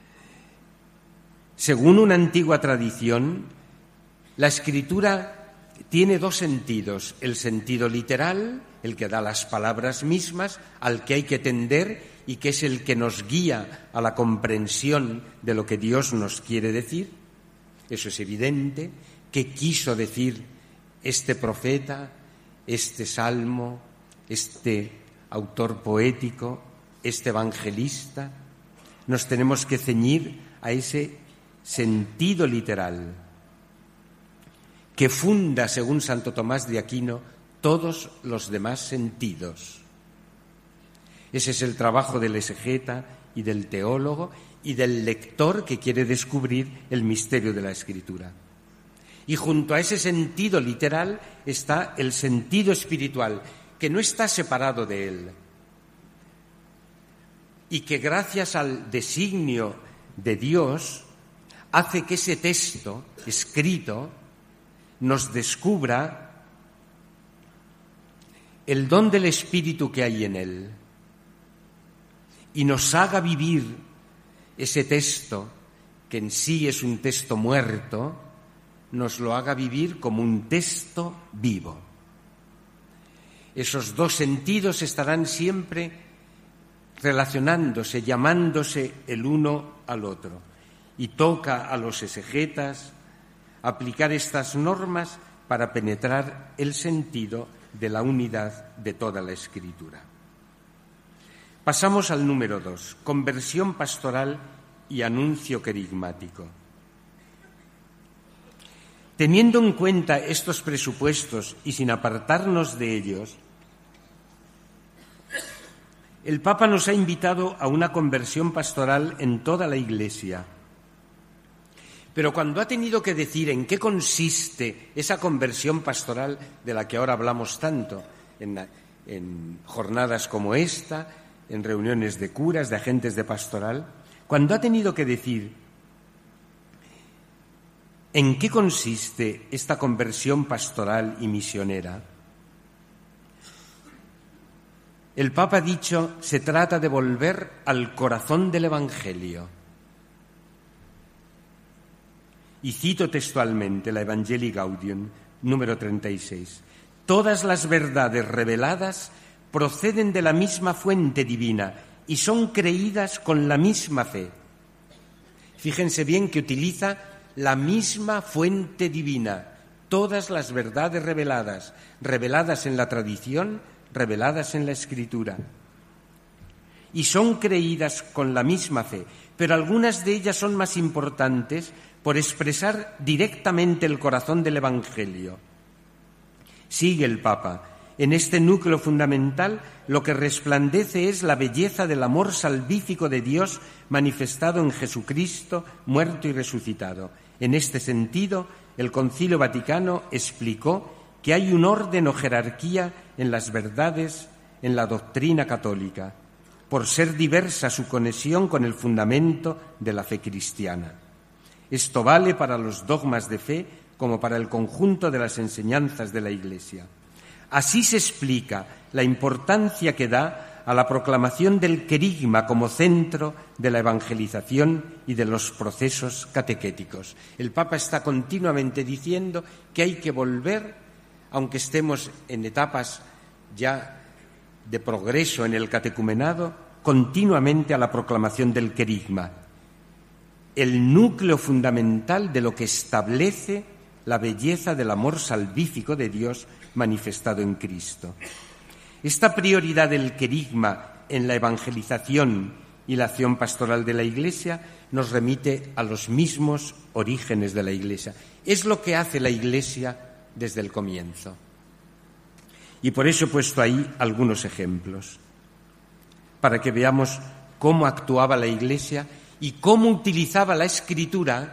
según una antigua tradición, la Escritura tiene dos sentidos: el sentido literal, el que da las palabras mismas, al que hay que tender y que es el que nos guía a la comprensión de lo que Dios nos quiere decir. Eso es evidente. ¿Qué quiso decir este profeta, este salmo, este autor poético, este evangelista? Nos tenemos que ceñir a ese sentido literal que funda, según Santo Tomás de Aquino, todos los demás sentidos. Ese es el trabajo del exegeta y del teólogo y del lector que quiere descubrir el misterio de la Escritura. Y junto a ese sentido literal está el sentido espiritual, que no está separado de él, y que gracias al designio de Dios hace que ese texto escrito nos descubra el don del Espíritu que hay en él y nos haga vivir ese texto, que en sí es un texto muerto, nos lo haga vivir como un texto vivo. Esos dos sentidos estarán siempre relacionándose, llamándose el uno al otro. Y toca a los exegetas aplicar estas normas para penetrar el sentido de la unidad de toda la Escritura. Pasamos al número dos, conversión pastoral y anuncio querigmático. Teniendo en cuenta estos presupuestos y sin apartarnos de ellos, el Papa nos ha invitado a una conversión pastoral en toda la Iglesia. Pero cuando ha tenido que decir en qué consiste esa conversión pastoral de la que ahora hablamos tanto, en, en jornadas como esta, en reuniones de curas, de agentes de pastoral, cuando ha tenido que decir en qué consiste esta conversión pastoral y misionera, el Papa ha dicho, se trata de volver al corazón del Evangelio. Y cito textualmente la Evangelii Gaudium, número treinta y seis. Todas las verdades reveladas proceden de la misma fuente divina y son creídas con la misma fe. Fíjense bien que utiliza la misma fuente divina. Todas las verdades reveladas, reveladas en la tradición, reveladas en la Escritura. Y son creídas con la misma fe, pero algunas de ellas son más importantes por expresar directamente el corazón del Evangelio. Sigue el Papa. En este núcleo fundamental lo que resplandece es la belleza del amor salvífico de Dios manifestado en Jesucristo, muerto y resucitado. En este sentido, el Concilio Vaticano explicó que hay un orden o jerarquía en las verdades, en la doctrina católica, por ser diversa su conexión con el fundamento de la fe cristiana. Esto vale para los dogmas de fe como para el conjunto de las enseñanzas de la Iglesia. Así se explica la importancia que da a la proclamación del querigma como centro de la evangelización y de los procesos catequéticos. El Papa está continuamente diciendo que hay que volver, aunque estemos en etapas ya de progreso en el catecumenado, continuamente a la proclamación del querigma, el núcleo fundamental de lo que establece la belleza del amor salvífico de Dios manifestado en Cristo. Esta prioridad del querigma en la evangelización y la acción pastoral de la Iglesia nos remite a los mismos orígenes de la Iglesia. Es lo que hace la Iglesia desde el comienzo. Y por eso he puesto ahí algunos ejemplos, para que veamos cómo actuaba la Iglesia y cómo utilizaba la Escritura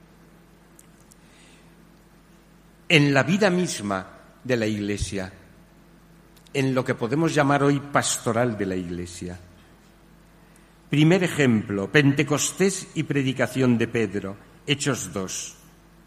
en la vida misma de la Iglesia, en lo que podemos llamar hoy pastoral de la Iglesia. Primer ejemplo, Pentecostés y predicación de Pedro, Hechos dos.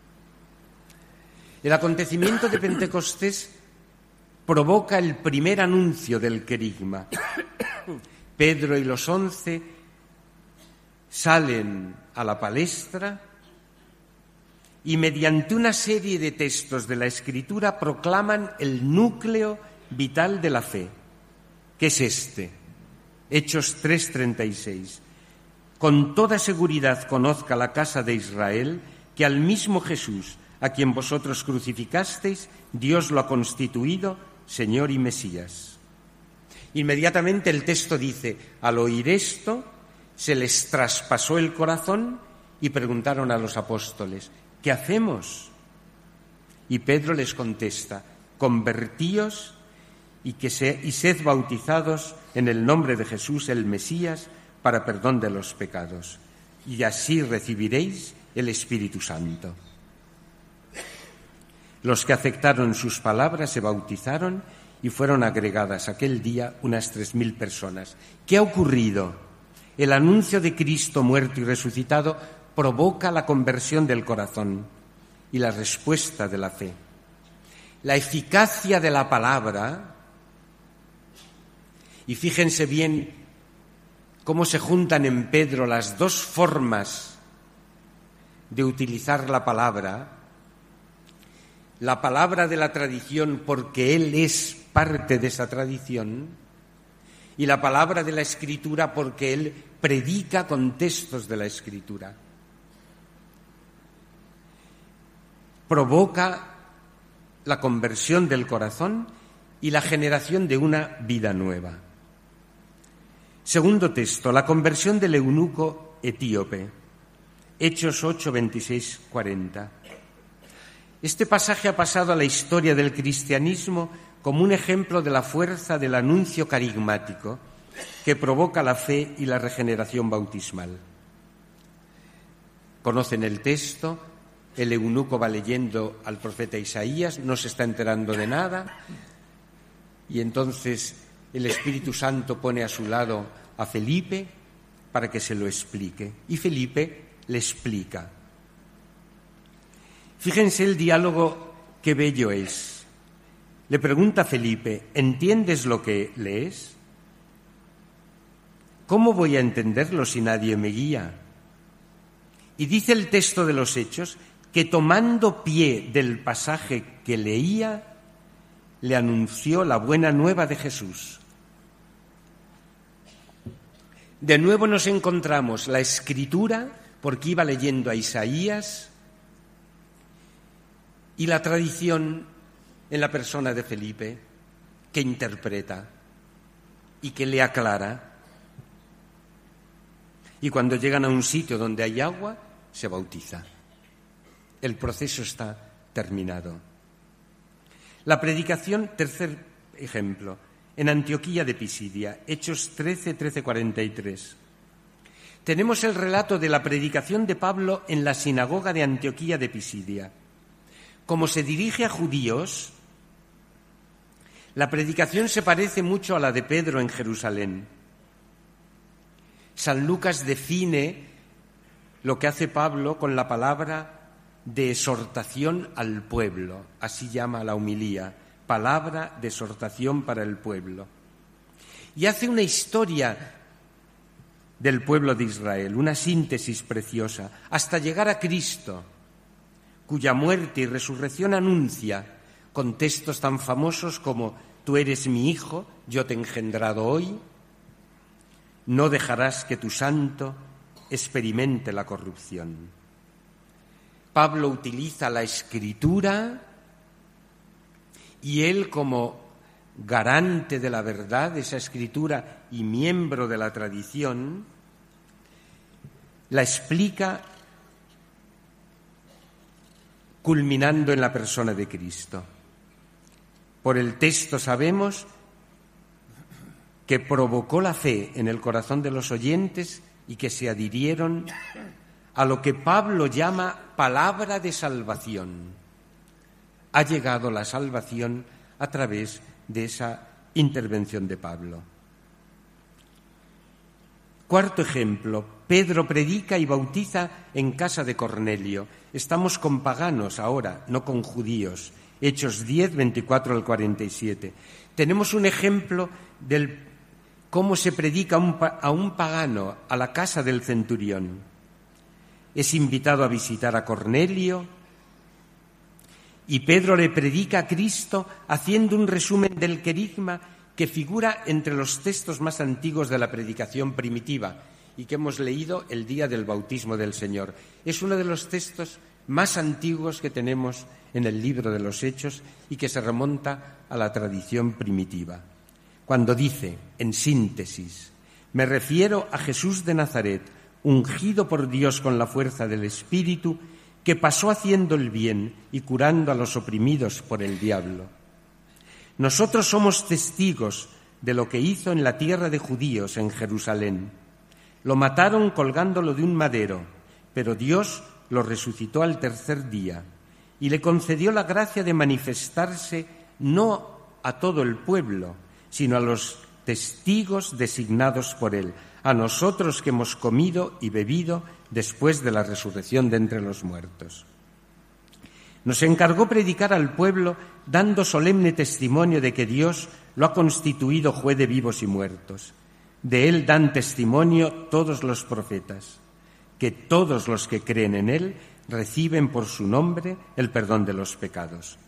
El acontecimiento de Pentecostés provoca el primer anuncio del querigma. Pedro y los once salen a la palestra y mediante una serie de textos de la Escritura proclaman el núcleo vital de la fe, que es este, Hechos tres treinta y seis. Con toda seguridad conozca la casa de Israel que al mismo Jesús, a quien vosotros crucificasteis, Dios lo ha constituido Señor y Mesías. Inmediatamente el texto dice, al oír esto, se les traspasó el corazón y preguntaron a los apóstoles, ¿qué hacemos? Y Pedro les contesta, convertíos y, que se, y sed bautizados en el nombre de Jesús el Mesías para perdón de los pecados, y así recibiréis el Espíritu Santo. Los que aceptaron sus palabras se bautizaron y fueron agregadas aquel día unas tres mil personas. ¿Qué ha ocurrido? El anuncio de Cristo muerto y resucitado provoca la conversión del corazón y la respuesta de la fe. La eficacia de la palabra, y fíjense bien cómo se juntan en Pedro las dos formas de utilizar la palabra, la palabra de la tradición porque él es parte de esa tradición y la palabra de la Escritura porque él predica con textos de la Escritura. Provoca la conversión del corazón y la generación de una vida nueva. Segundo texto, la conversión del eunuco etíope, Hechos ocho, veintiséis, cuarenta. Este pasaje ha pasado a la historia del cristianismo como un ejemplo de la fuerza del anuncio carismático que provoca la fe y la regeneración bautismal. Conocen el texto, el eunuco va leyendo al profeta Isaías, no se está enterando de nada, y entonces el Espíritu Santo pone a su lado a Felipe para que se lo explique, y Felipe le explica. Fíjense el diálogo, qué bello es. Le pregunta a Felipe, ¿entiendes lo que lees? ¿Cómo voy a entenderlo si nadie me guía? Y dice el texto de los Hechos que tomando pie del pasaje que leía, le anunció la buena nueva de Jesús. De nuevo nos encontramos la Escritura, porque iba leyendo a Isaías, y la tradición en la persona de Felipe, que interpreta y que le aclara. Y cuando llegan a un sitio donde hay agua, se bautiza. El proceso está terminado. La predicación, tercer ejemplo, en Antioquía de Pisidia, Hechos trece, trece, cuarenta y tres. Tenemos el relato de la predicación de Pablo en la sinagoga de Antioquía de Pisidia. Como se dirige a judíos, la predicación se parece mucho a la de Pedro en Jerusalén. San Lucas define lo que hace Pablo con la palabra de exhortación al pueblo, así llama la homilía, palabra de exhortación para el pueblo. Y hace una historia del pueblo de Israel, una síntesis preciosa, hasta llegar a Cristo, cuya muerte y resurrección anuncia con textos tan famosos como «Tú eres mi hijo, yo te he engendrado hoy», «No dejarás que tu santo experimente la corrupción». Pablo utiliza la Escritura y él, como garante de la verdad de esa Escritura y miembro de la tradición, la explica culminando en la persona de Cristo. Por el texto sabemos que provocó la fe en el corazón de los oyentes y que se adhirieron a lo que Pablo llama palabra de salvación. Ha llegado la salvación a través de esa intervención de Pablo. Cuarto ejemplo, Pedro predica y bautiza en casa de Cornelio. Estamos con paganos ahora, no con judíos. Hechos diez, veinticuatro al cuarenta y siete. Tenemos un ejemplo de cómo se predica a un pagano a la casa del centurión. Es invitado a visitar a Cornelio, y Pedro le predica a Cristo haciendo un resumen del querigma que figura entre los textos más antiguos de la predicación primitiva y que hemos leído el día del bautismo del Señor. Es uno de los textos más antiguos que tenemos en el libro de los Hechos y que se remonta a la tradición primitiva. Cuando dice, en síntesis, me refiero a Jesús de Nazaret, ungido por Dios con la fuerza del Espíritu, que pasó haciendo el bien y curando a los oprimidos por el diablo. Nosotros somos testigos de lo que hizo en la tierra de judíos, en Jerusalén. Lo mataron colgándolo de un madero, pero Dios lo resucitó al tercer día y le concedió la gracia de manifestarse no a todo el pueblo, sino a los testigos designados por él, a nosotros que hemos comido y bebido después de la resurrección de entre los muertos. Nos encargó predicar al pueblo dando solemne testimonio de que Dios lo ha constituido juez de vivos y muertos. De él dan testimonio todos los profetas, que todos los que creen en él reciben por su nombre el perdón de los pecados.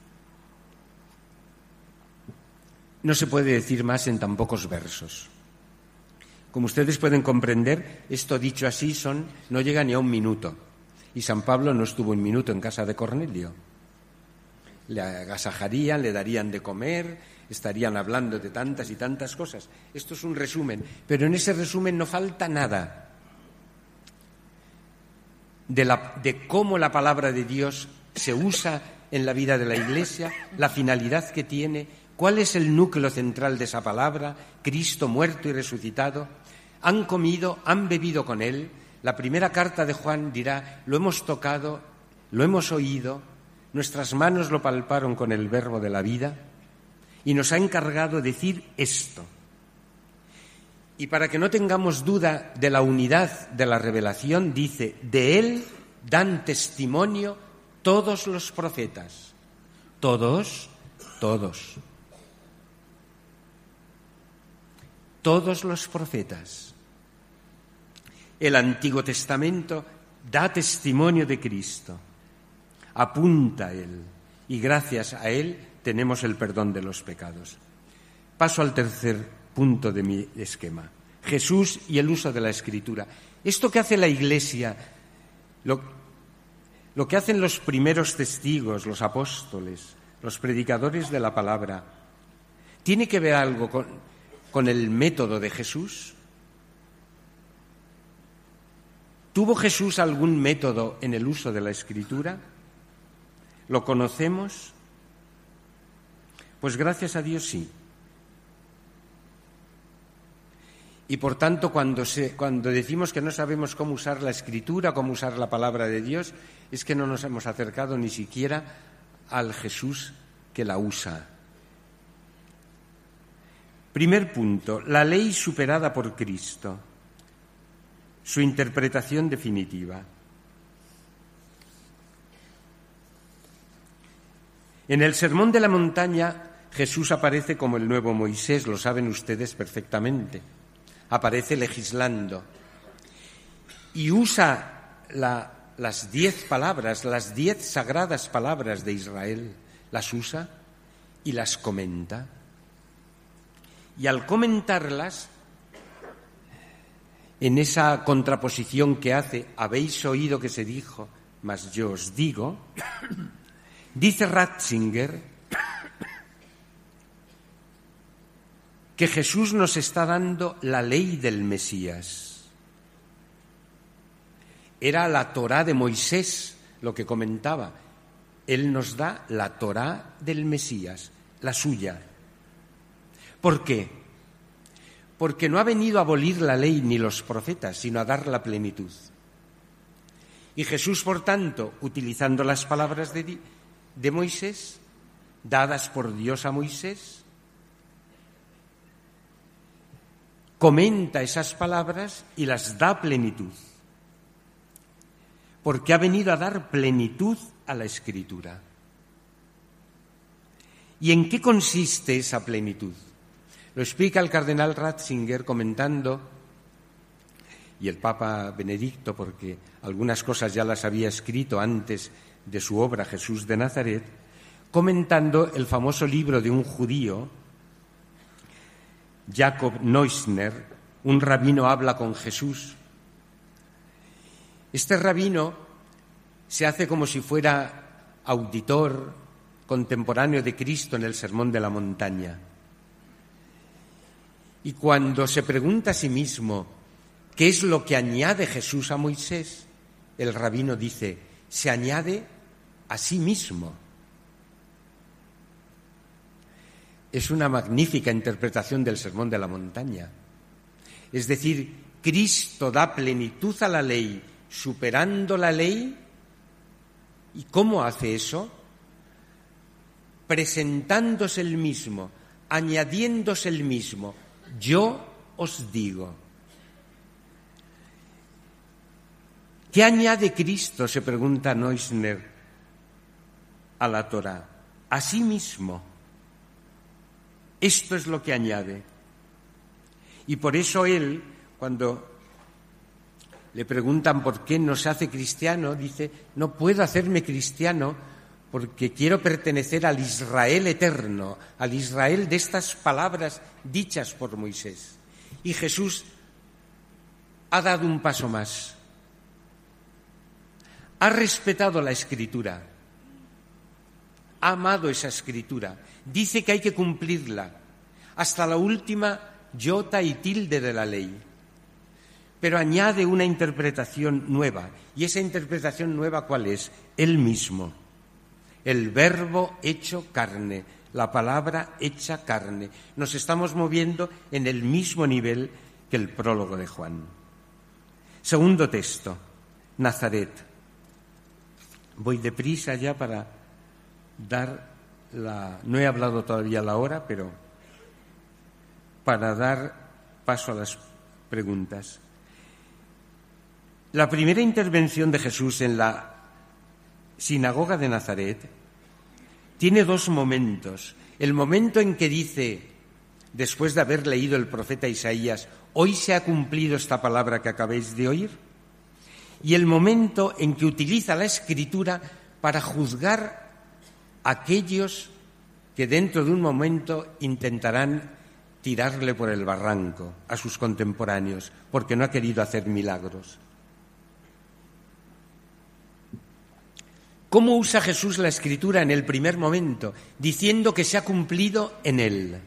No se puede decir más en tan pocos versos. Como ustedes pueden comprender, esto dicho así son, no llega ni a un minuto. Y San Pablo no estuvo un minuto en casa de Cornelio. Le agasajarían, le darían de comer, estarían hablando de tantas y tantas cosas. Esto es un resumen, pero en ese resumen no falta nada de, la, de cómo la palabra de Dios se usa en la vida de la Iglesia, la finalidad que tiene, cuál es el núcleo central de esa palabra, Cristo muerto y resucitado. Han comido, han bebido con él. La primera carta de Juan dirá, lo hemos tocado, lo hemos oído, nuestras manos lo palparon con el verbo de la vida y nos ha encargado decir esto. Y para que no tengamos duda de la unidad de la revelación, dice, de él dan testimonio todos los profetas. Todos, todos. Todos los profetas. El Antiguo Testamento da testimonio de Cristo, apunta a él y gracias a él tenemos el perdón de los pecados. Paso al tercer punto de mi esquema, Jesús y el uso de la Escritura. Esto que hace la Iglesia, lo, lo que hacen los primeros testigos, los apóstoles, los predicadores de la palabra, ¿tiene que ver algo con, con el método de Jesús? ¿Tuvo Jesús algún método en el uso de la Escritura? ¿Lo conocemos? Pues gracias a Dios sí. Y por tanto, cuando, se, cuando decimos que no sabemos cómo usar la Escritura, cómo usar la palabra de Dios, es que no nos hemos acercado ni siquiera al Jesús que la usa. Primer punto, la ley superada por Cristo. Su interpretación definitiva. En el Sermón de la Montaña, Jesús aparece como el nuevo Moisés, lo saben ustedes perfectamente. Aparece legislando y usa la, las diez palabras, las diez sagradas palabras de Israel, las usa y las comenta. Y al comentarlas, en esa contraposición que hace, habéis oído que se dijo, mas yo os digo, dice Ratzinger que Jesús nos está dando la ley del Mesías. Era la Torá de Moisés lo que comentaba. Él nos da la Torá del Mesías, la suya. ¿Por qué? Porque no ha venido a abolir la ley ni los profetas, sino a dar la plenitud. Y Jesús, por tanto, utilizando las palabras de, de Moisés, dadas por Dios a Moisés, comenta esas palabras y las da plenitud. Porque ha venido a dar plenitud a la Escritura. ¿Y en qué consiste esa plenitud? Lo explica el cardenal Ratzinger comentando, y el Papa Benedicto, porque algunas cosas ya las había escrito antes de su obra Jesús de Nazaret, comentando el famoso libro de un judío, Jacob Neusner, Un rabino habla con Jesús. Este rabino se hace como si fuera auditor contemporáneo de Cristo en el Sermón de la Montaña. Y cuando se pregunta a sí mismo qué es lo que añade Jesús a Moisés, el rabino dice, se añade a sí mismo. Es una magnífica interpretación del Sermón de la Montaña. Es decir, Cristo da plenitud a la ley, superando la ley. ¿Y cómo hace eso? Presentándose el mismo, añadiéndose el mismo. Yo os digo. ¿Qué añade Cristo?, se pregunta Neusner a la Torá. A sí mismo. Esto es lo que añade. Y por eso él, cuando le preguntan por qué no se hace cristiano, dice, no puedo hacerme cristiano porque quiero pertenecer al Israel eterno, al Israel de estas palabras dichas por Moisés. Y Jesús ha dado un paso más. Ha respetado la Escritura, ha amado esa Escritura, dice que hay que cumplirla hasta la última iota y tilde de la ley, pero añade una interpretación nueva. ¿Y esa interpretación nueva cuál es? Él mismo, el Verbo hecho carne, la palabra hecha carne. Nos estamos moviendo en el mismo nivel que el prólogo de Juan. Segundo texto, Nazaret. Voy deprisa ya para dar la... No he hablado todavía la hora, pero para dar paso a las preguntas. La primera intervención de Jesús en la sinagoga de Nazaret tiene dos momentos. El momento en que dice, después de haber leído el profeta Isaías, hoy se ha cumplido esta palabra que acabáis de oír, y el momento en que utiliza la Escritura para juzgar a aquellos que dentro de un momento intentarán tirarle por el barranco a sus contemporáneos, porque no ha querido hacer milagros. ¿Cómo usa Jesús la Escritura en el primer momento? Diciendo que se ha cumplido en él.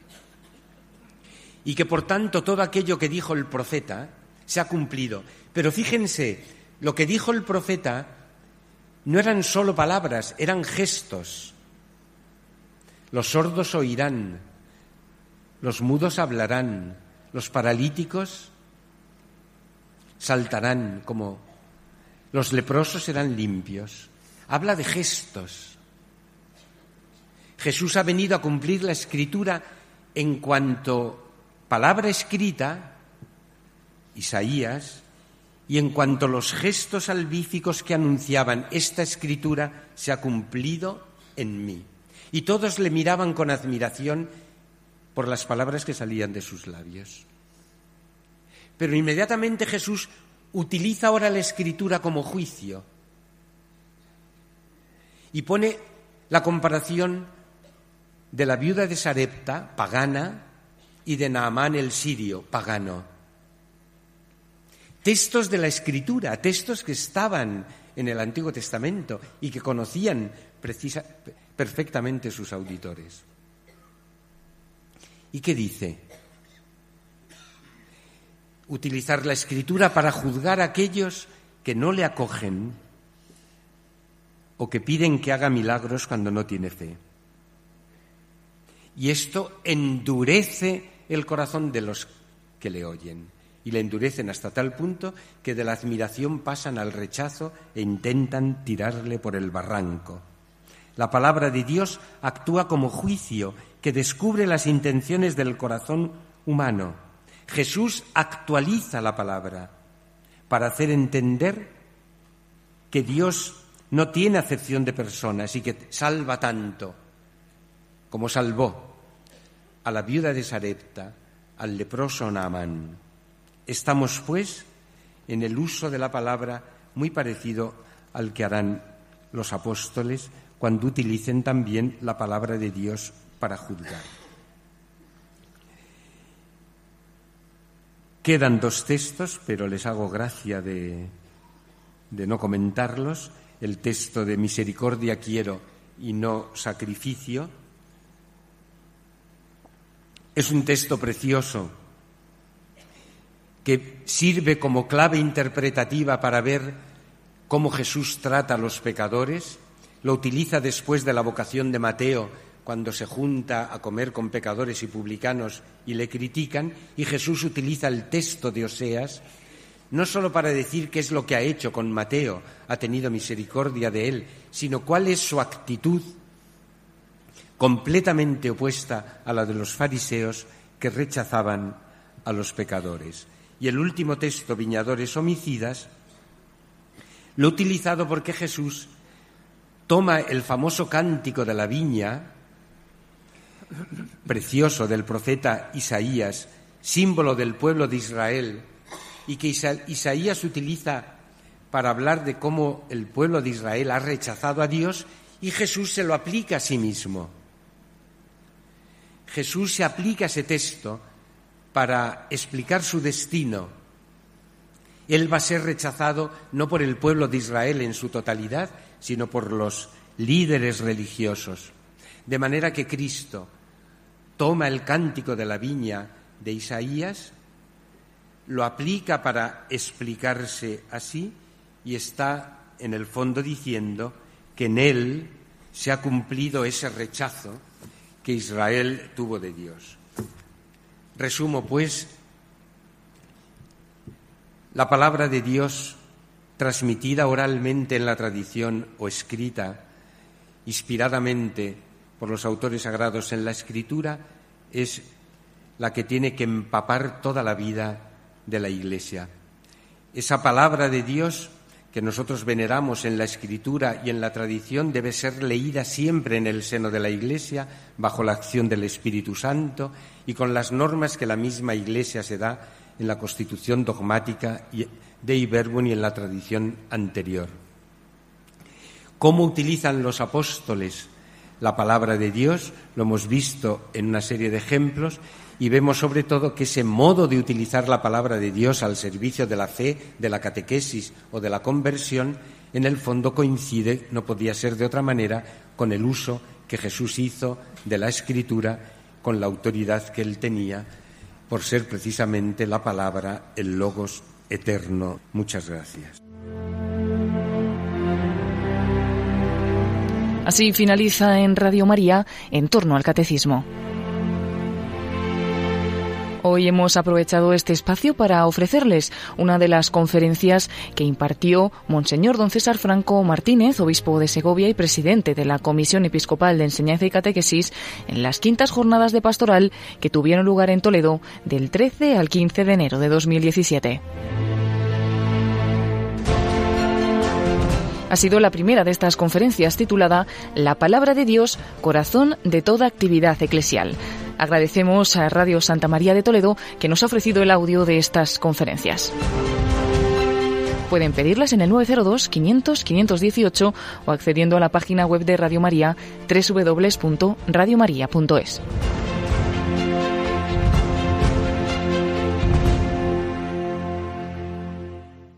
Y que, por tanto, todo aquello que dijo el profeta se ha cumplido. Pero fíjense, lo que dijo el profeta no eran solo palabras, eran gestos. Los sordos oirán, los mudos hablarán, los paralíticos saltarán, como los leprosos serán limpios. Habla de gestos. Jesús ha venido a cumplir la Escritura en cuanto palabra escrita, Isaías, y en cuanto los gestos salvíficos que anunciaban esta Escritura se ha cumplido en mí. Y todos le miraban con admiración por las palabras que salían de sus labios. Pero inmediatamente Jesús utiliza ahora la Escritura como juicio y pone la comparación de la viuda de Sarepta, pagana, y de Naamán el sirio, pagano. Textos de la Escritura, textos que estaban en el Antiguo Testamento y que conocían precisa, perfectamente sus auditores. ¿Y qué dice? Utilizar la Escritura para juzgar a aquellos que no le acogen o que piden que haga milagros cuando no tiene fe. Y esto endurece el corazón de los que le oyen. Y le endurecen hasta tal punto que de la admiración pasan al rechazo e intentan tirarle por el barranco. La palabra de Dios actúa como juicio que descubre las intenciones del corazón humano. Jesús actualiza la palabra para hacer entender que Dios no tiene acepción de personas y que salva tanto como salvó a la viuda de Sarepta, al leproso Naamán. Estamos, pues, en el uso de la palabra muy parecido al que harán los apóstoles cuando utilicen también la palabra de Dios para juzgar. Quedan dos textos, pero les hago gracia de, de no comentarlos. El texto de misericordia quiero y no sacrificio. Es un texto precioso que sirve como clave interpretativa para ver cómo Jesús trata a los pecadores. Lo utiliza después de la vocación de Mateo, cuando se junta a comer con pecadores y publicanos y le critican, y Jesús utiliza el texto de Oseas, no solo para decir qué es lo que ha hecho con Mateo, ha tenido misericordia de él, sino cuál es su actitud completamente opuesta a la de los fariseos que rechazaban a los pecadores. Y el último texto, Viñadores homicidas, lo he utilizado porque Jesús toma el famoso cántico de la viña, precioso, del profeta Isaías, símbolo del pueblo de Israel, y que Isaías utiliza para hablar de cómo el pueblo de Israel ha rechazado a Dios, y Jesús se lo aplica a sí mismo. Jesús se aplica ese texto para explicar su destino. Él va a ser rechazado no por el pueblo de Israel en su totalidad, sino por los líderes religiosos. De manera que Cristo toma el cántico de la viña de Isaías, lo aplica para explicarse así y está en el fondo diciendo que en él se ha cumplido ese rechazo que Israel tuvo de Dios. Resumo, pues, la palabra de Dios transmitida oralmente en la tradición o escrita inspiradamente por los autores sagrados en la Escritura es la que tiene que empapar toda la vida de la Iglesia. Esa palabra de Dios que nosotros veneramos en la Escritura y en la tradición debe ser leída siempre en el seno de la Iglesia, bajo la acción del Espíritu Santo y con las normas que la misma Iglesia se da en la Constitución dogmática de Iberbum y en la tradición anterior. ¿Cómo utilizan los apóstoles la palabra de Dios? Lo hemos visto en una serie de ejemplos y vemos sobre todo que ese modo de utilizar la palabra de Dios al servicio de la fe, de la catequesis o de la conversión, en el fondo coincide, no podía ser de otra manera, con el uso que Jesús hizo de la Escritura, con la autoridad que él tenía, por ser precisamente la palabra, el Logos eterno. Muchas gracias. Así finaliza en Radio María En torno al Catecismo. Hoy hemos aprovechado este espacio para ofrecerles una de las conferencias que impartió Monseñor don César Franco Martínez, obispo de Segovia y presidente de la Comisión Episcopal de Enseñanza y Catequesis, en las quintas jornadas de pastoral que tuvieron lugar en Toledo del trece al quince de enero de dos mil diecisiete. Ha sido la primera de estas conferencias titulada La Palabra de Dios, corazón de toda actividad eclesial. Agradecemos a Radio Santa María de Toledo que nos ha ofrecido el audio de estas conferencias. Pueden pedirlas en el nueve cero dos, quinientos, quinientos dieciocho o accediendo a la página web de Radio María, doble u doble u doble u punto radio maría punto es.